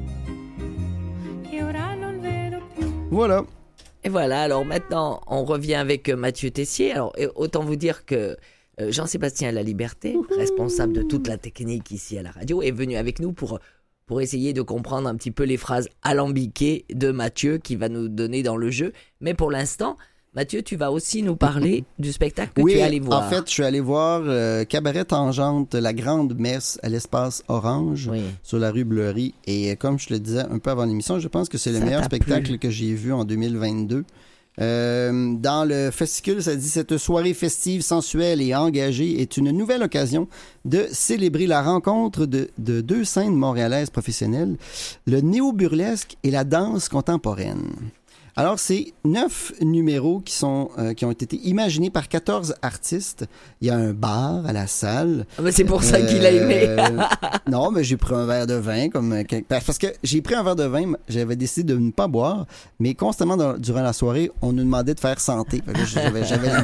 che ora non vedo più. Voilà. Et voilà, alors maintenant, on revient avec Mathieu Tessier. Alors, autant vous dire que Jean-Sébastien Laliberté, responsable de toute la technique ici à la radio, est venu avec nous pour essayer de comprendre un petit peu les phrases alambiquées de Mathieu qui va nous donner dans le jeu. Mais pour l'instant, Mathieu, tu vas aussi nous parler du spectacle que tu es allé voir. En fait, je suis allé voir Cabaret Tangente, la grande messe à l'espace Orange, sur la rue Bleury. Et comme je le disais un peu avant l'émission, je pense que c'est le meilleur spectacle que j'ai vu en 2022. Dans le fascicule, ça dit « Cette soirée festive, sensuelle et engagée est une nouvelle occasion de célébrer la rencontre de deux scènes montréalaises professionnelles, le néo-burlesque et la danse contemporaine. » Alors, c'est 9 numéros qui ont été imaginés par 14 artistes. Il y a un bar à la salle. Ah ben c'est pour ça qu'il a aimé. Non, mais j'ai pris un verre de vin. Parce que j'ai pris un verre de vin, j'avais décidé de ne pas boire, mais constamment durant la soirée, on nous demandait de faire santé. J'avais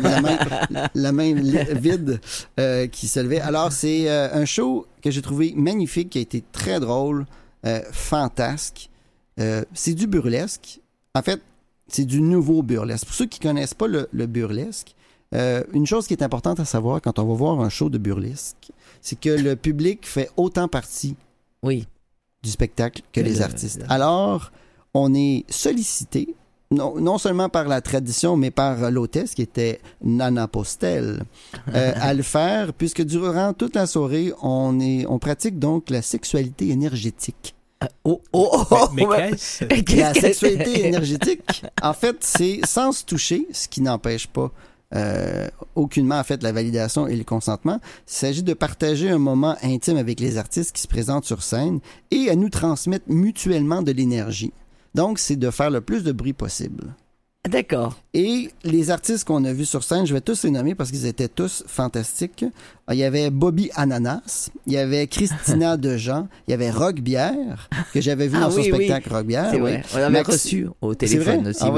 la main vide qui se levait. Alors, c'est un show que j'ai trouvé magnifique, qui a été très drôle, fantasque. C'est du burlesque. En fait, c'est du nouveau burlesque. Pour ceux qui ne connaissent pas le burlesque, une chose qui est importante à savoir quand on va voir un show de burlesque, c'est que le public fait autant partie du spectacle que les artistes. Alors, on est sollicité, non seulement par la tradition, mais par l'hôtesse qui était Nana Postel, à le faire, puisque durant toute la soirée, on pratique donc la sexualité énergétique. Mais qu'est-ce? La sexualité énergétique, en fait, c'est sans se toucher, ce qui n'empêche pas aucunement, en fait, la validation et le consentement. Il s'agit de partager un moment intime avec les artistes qui se présentent sur scène et à nous transmettre mutuellement de l'énergie. Donc, c'est de faire le plus de bruit possible. D'accord. Et les artistes qu'on a vus sur scène, je vais tous les nommer parce qu'ils étaient tous fantastiques. Il y avait Bobby Ananas, il y avait Christina Dejean, il y avait Rock Bière, que j'avais vu dans son spectacle Rock Bière. C'est vrai. On l'avait reçu au téléphone aussi. Ah oui.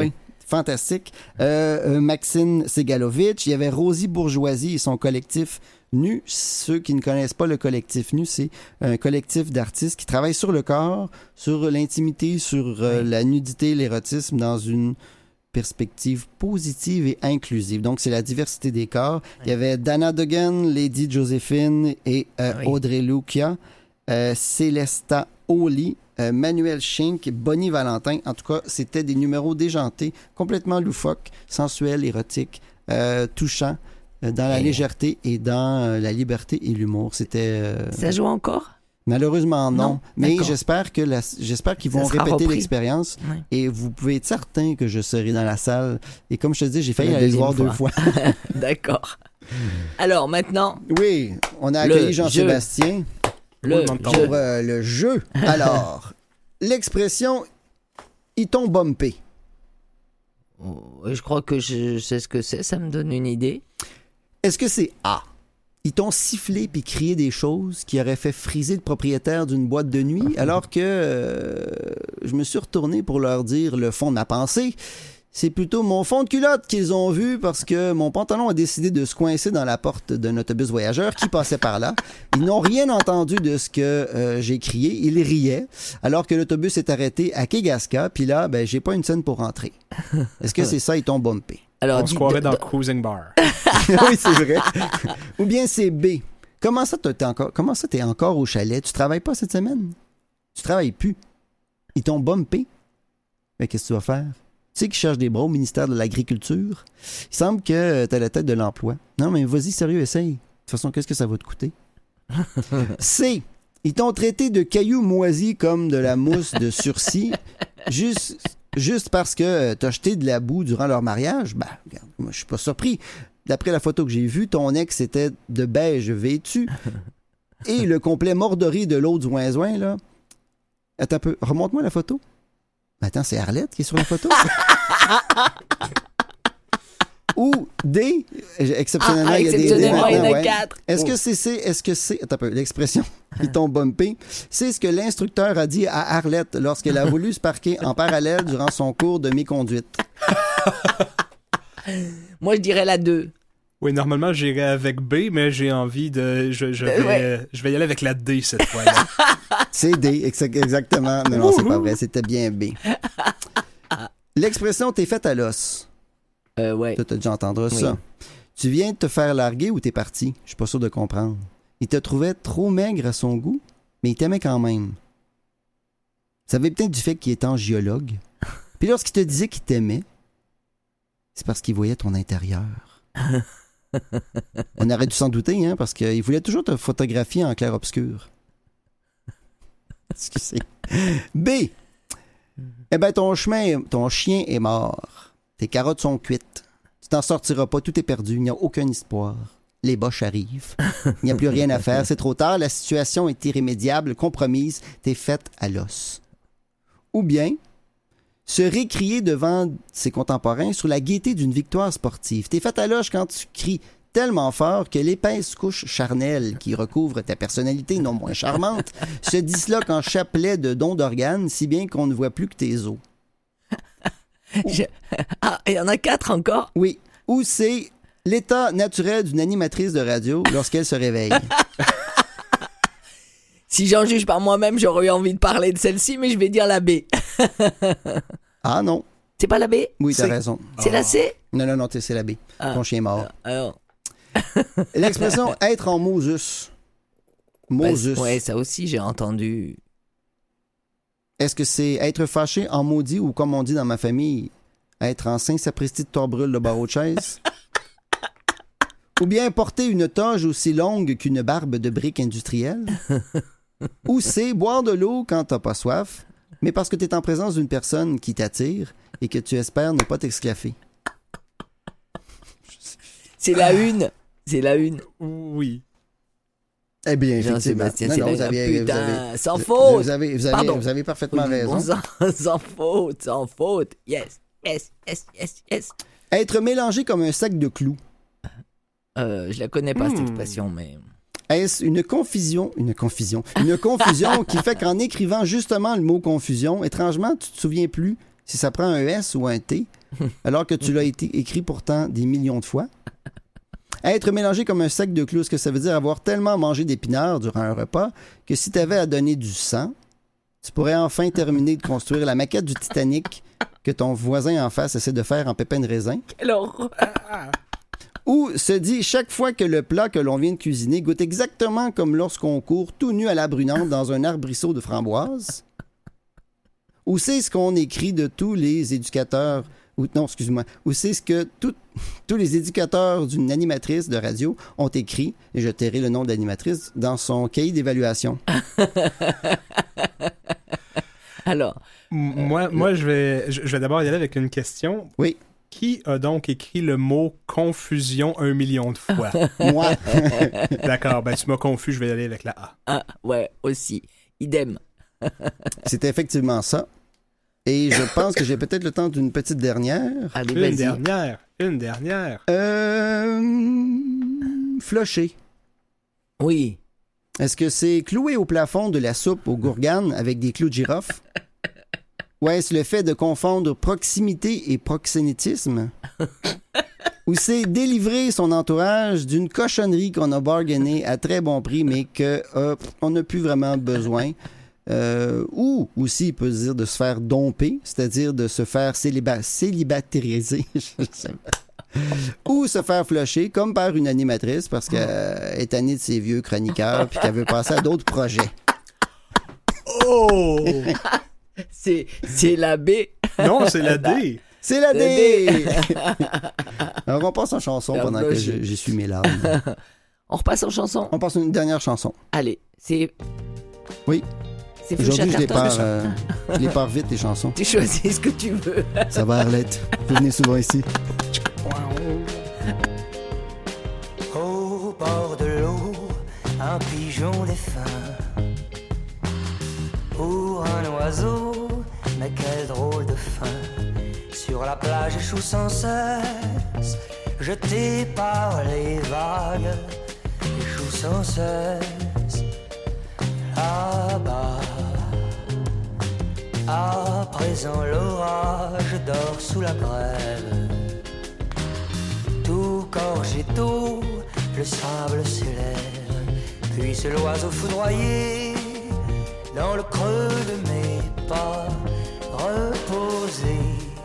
fantastique. Maxine Segalovitch. Il y avait Rosie Bourgeoisie et son collectif Nu. Ceux qui ne connaissent pas le collectif Nu, c'est un collectif d'artistes qui travaillent sur le corps, sur l'intimité, sur la nudité, l'érotisme dans une perspective positive et inclusive. Donc, c'est la diversité des corps. Il y avait Dana Duggan, Lady Joséphine et Audrey Lucia, Célesta Oli, Manuel Schink, Bonnie Valentin. En tout cas, c'était des numéros déjantés, complètement loufoques, sensuels, érotiques, touchants, dans la légèreté et dans la liberté et l'humour. C'était... Ça joue encore? Malheureusement, non. Mais D'accord. j'espère qu'ils vont sera répéter repris. l'expérience. Ouais. Et vous pouvez être certain que je serai dans la salle. Et comme je te dis, j'ai failli La aller le deuxième voir 2 fois. D'accord. Alors, maintenant, Oui, on a accueilli Le Jean-Sébastien le pour jeu. le jeu. Alors, l'expression « ils t'ont bumpé Oh, je crois que je sais ce que c'est. Ça me donne une idée. ». Est-ce que c'est A? Ils t'ont sifflé puis crié des choses qui auraient fait friser le propriétaire d'une boîte de nuit, alors que je me suis retourné pour leur dire le fond de ma pensée. C'est plutôt mon fond de culotte qu'ils ont vu parce que mon pantalon a décidé de se coincer dans la porte d'un autobus voyageur qui passait par là. Ils n'ont rien entendu de ce que j'ai crié. Ils riaient alors que l'autobus est arrêté à Kegaska. Puis là, ben, j'ai pas une scène pour rentrer. Est-ce que c'est ça, ils t'ont bumpé? Alors, On se croirait dans Cruising Bar. Oui, c'est vrai. Ou bien c'est B. Comment ça, t'es encore au chalet? Tu travailles pas cette semaine? Tu travailles plus. Ils t'ont bumpé. Mais qu'est-ce que tu vas faire? Tu sais qu'ils cherchent des bras au ministère de l'Agriculture? Il semble que t'as la tête de l'emploi. Non, mais vas-y, sérieux, essaye. De toute façon, qu'est-ce que ça va te coûter? C. Ils t'ont traité de cailloux moisis comme de la mousse de sursis. Juste parce que t'as jeté de la boue durant leur mariage, ben, regarde, moi, je suis pas surpris. D'après la photo que j'ai vue, ton ex était de beige vêtu. Et le complet mordori de l'autre zouin-zouin, là. Attends un peu, remonte-moi la photo. Attends, c'est Arlette qui est sur la photo? Ou D, exceptionnellement, il y a des exceptionnellement, il y en a ouais. 4. Est-ce que c'est, attends un peu, l'expression, ils t'ont bumpé, c'est ce que l'instructeur a dit à Arlette lorsqu'elle a voulu se parquer en parallèle durant son cours de méconduite. Moi, je dirais la 2. Oui, normalement, j'irais avec B, mais j'ai envie de... Je vais y aller avec la D cette fois-là. C'est D, exactement. Non, c'est pas vrai, c'était bien B. L'expression « t'es faite à l'os ». Ouais. Toi, t'as dû entendre Oui. ça. Tu viens de te faire larguer ou t'es parti? Je suis pas sûr de comprendre. Il te trouvait trop maigre à son goût, mais il t'aimait quand même. Ça avait peut-être du fait qu'il est angiologue. Puis lorsqu'il te disait qu'il t'aimait, c'est parce qu'il voyait ton intérieur. On aurait dû s'en douter, hein, parce qu'il voulait toujours te photographier en clair-obscur. Excusez. B. Eh ben, ton chien est mort. Tes carottes sont cuites. Tu t'en sortiras pas, tout est perdu, il n'y a aucun espoir. Les boches arrivent. Il n'y a plus rien à faire, c'est trop tard, la situation est irrémédiable, compromise, t'es faite à l'os. Ou bien, se récrier devant ses contemporains sur la gaieté d'une victoire sportive. T'es faite à l'os quand tu cries tellement fort que l'épaisse couche charnelle qui recouvre ta personnalité non moins charmante se disloque en chapelet de dons d'organes, si bien qu'on ne voit plus que tes os. Ah, il y en a 4 encore? Oui. Ou c'est l'état naturel d'une animatrice de radio lorsqu'elle se réveille. Si j'en juge par moi-même, j'aurais eu envie de parler de celle-ci, mais je vais dire la B. Ah non. C'est pas la B? Oui, t'as raison. C'est la C? Non, c'est la B. Ton chien est mort. Alors, L'expression « être en Moses ». Moses. ouais, ça aussi, j'ai entendu. Est-ce que c'est être fâché en maudit ou, comme on dit dans ma famille, être en Saint-Sapristi de Torbrûle de barreau de chaise? Ou bien porter une toge aussi longue qu'une barbe de brique industrielle? Ou c'est boire de l'eau quand t'as pas soif, mais parce que t'es en présence d'une personne qui t'attire et que tu espères ne pas t'esclaffer? C'est la une. C'est la une. Oui. Eh bien, Jean-Sébastien, effectivement. c'est la putain, sans faute. Vous avez parfaitement Oui, raison. bon, sans faute, sans faute. Yes. Être mélangé comme un sac de clous. Je la connais pas, cette expression, mais... Est-ce une confusion qui fait qu'en écrivant justement le mot confusion, étrangement, tu te souviens plus si ça prend un S ou un T, alors que tu l'as écrit pourtant des millions de fois. Être mélangé comme un sac de clous, ce que ça veut dire avoir tellement mangé d'épinards durant un repas que si tu avais à donner du sang, tu pourrais enfin terminer de construire la maquette du Titanic que ton voisin en face essaie de faire en pépins de raisin. Quelle horreur! Ou se dit chaque fois que le plat que l'on vient de cuisiner goûte exactement comme lorsqu'on court tout nu à la brunante dans un arbrisseau de framboises. Ou c'est ce qu'on écrit de tous les éducateurs... Ou c'est ce que tous les éducateurs d'une animatrice de radio ont écrit, et je tairai le nom de l'animatrice, dans son cahier d'évaluation. Alors... Moi, je vais d'abord y aller avec une question. Oui. Qui a donc écrit le mot « confusion » 1 million de fois? Moi. D'accord, ben tu m'as confus, je vais y aller avec la A. Ah, ouais, aussi. Idem. C'était effectivement ça. Et je pense que j'ai peut-être le temps d'une petite dernière. Allez, Une dernière. Flusher. Oui. Est-ce que c'est cloué au plafond de la soupe aux gourganes avec des clous de girofle? Ou est-ce le fait de confondre proximité et proxénétisme? Ou c'est délivrer son entourage d'une cochonnerie qu'on a bargainé à très bon prix, mais qu'on n'a plus vraiment besoin? Ou aussi, il peut se dire de se faire domper, c'est-à-dire de se faire célibatériser. Ou se faire flusher, comme par une animatrice, parce qu'elle est tannée de ses vieux chroniqueurs puis qu'elle veut passer à d'autres projets. Oh! C'est la B. Non, c'est la D. C'est la D! Alors, on passe en chanson pendant que j'essuie mes larmes. On repasse en chanson? On passe une dernière chanson. Allez, c'est... Oui. C'est aujourd'hui, je les pars vite, les chansons. Tu choisis ce que tu veux. Ça va, Arlette. Vous venez souvent ici. Au bord de l'eau, un pigeon défunt. Pour un oiseau, mais quel drôle de fin. Sur la plage échoue sans cesse, jeté par les vagues, échoue sans cesse. Là-bas, à présent l'orage dort sous la grève. Tout gorgé d'eau, le sable s'élève, puis c'est l'oiseau foudroyé dans le creux de mes pas, reposé.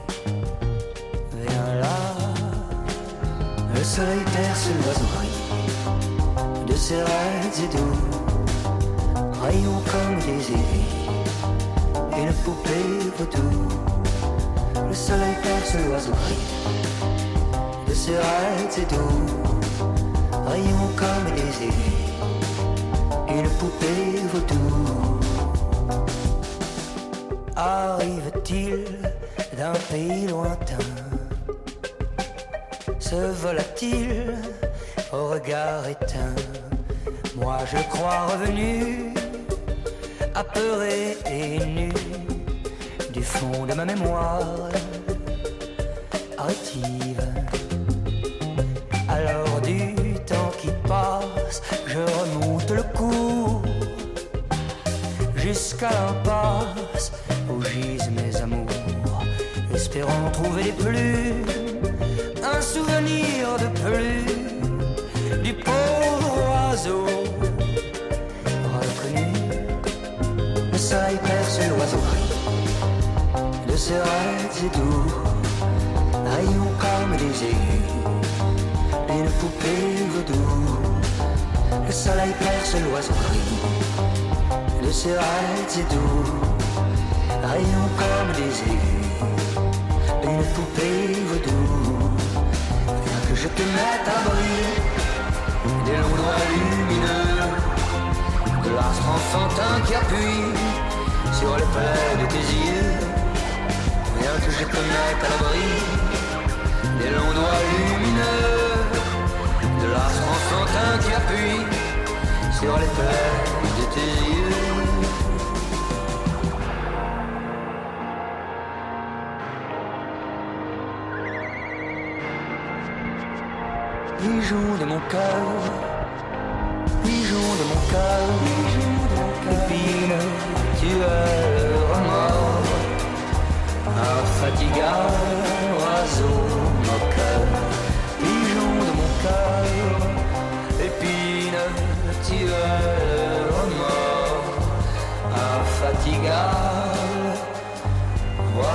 Viens là, le soleil perce l'oiseau gris de ses raids et doux, rayons comme des aiguilles, une poupée vaudou. Le soleil perce l'oiseau gris de ses raids et doux, rayons comme des aiguilles, une poupée vaudou. Arrive-t-il d'un pays lointain? Se vola-t-il au regard éteint? Moi je crois revenu, apeuré et nu, du fond de ma mémoire rétive. Alors du temps qui passe, je remonte le cours jusqu'à l'impasse où gisent mes amours, espérant trouver des plumes, un souvenir de plus du pauvre oiseau reconnu. Le soleil perce l'oiseau gris de ses raids et doux, rayons comme des aiguilles, une poupée vaudou. Le soleil perce l'oiseau gris de ses raids et doux, rayons comme des aiguilles, une poupée vaudou. Viens que je te mette à briller des longs doigts lumineux, de l'astre enfantin qui appuie sur les plaies de tes yeux. Viens que je te mette à l'abri des longs doigts lumineux, de l'astre enfantin qui appuie sur les plaies de tes yeux. Pigeon de mon cœur, pigeon de mon cœur, épine, tu es le remords, un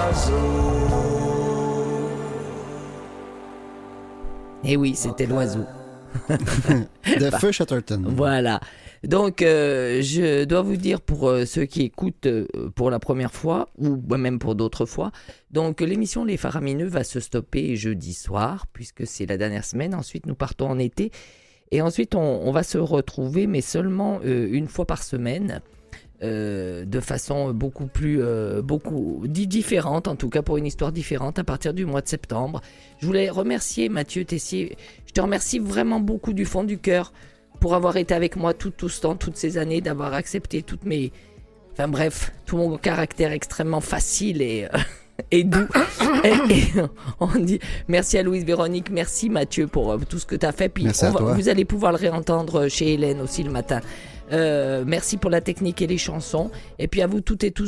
Et oui, c'était l'oiseau. De Feu Chatterton. Voilà. Donc, je dois vous dire pour ceux qui écoutent pour la première fois, ou même pour d'autres fois, donc l'émission Les Faramineux va se stopper jeudi soir, puisque c'est la dernière semaine. Ensuite, nous partons en été. Et ensuite, on va se retrouver, mais seulement une fois par semaine, de façon beaucoup différente, en tout cas pour une histoire différente, à partir du mois de septembre. Je voulais remercier Mathieu Tessier. Je te remercie vraiment beaucoup du fond du cœur pour avoir été avec moi tout ce temps, toutes ces années, d'avoir accepté toutes mes... Enfin bref, tout mon caractère extrêmement facile et doux. et on dit merci à Louise Véronique, merci Mathieu pour tout ce que tu as fait. Puis vous allez pouvoir le réentendre chez Hélène aussi le matin. Merci pour la technique et les chansons. Et puis à vous toutes et tous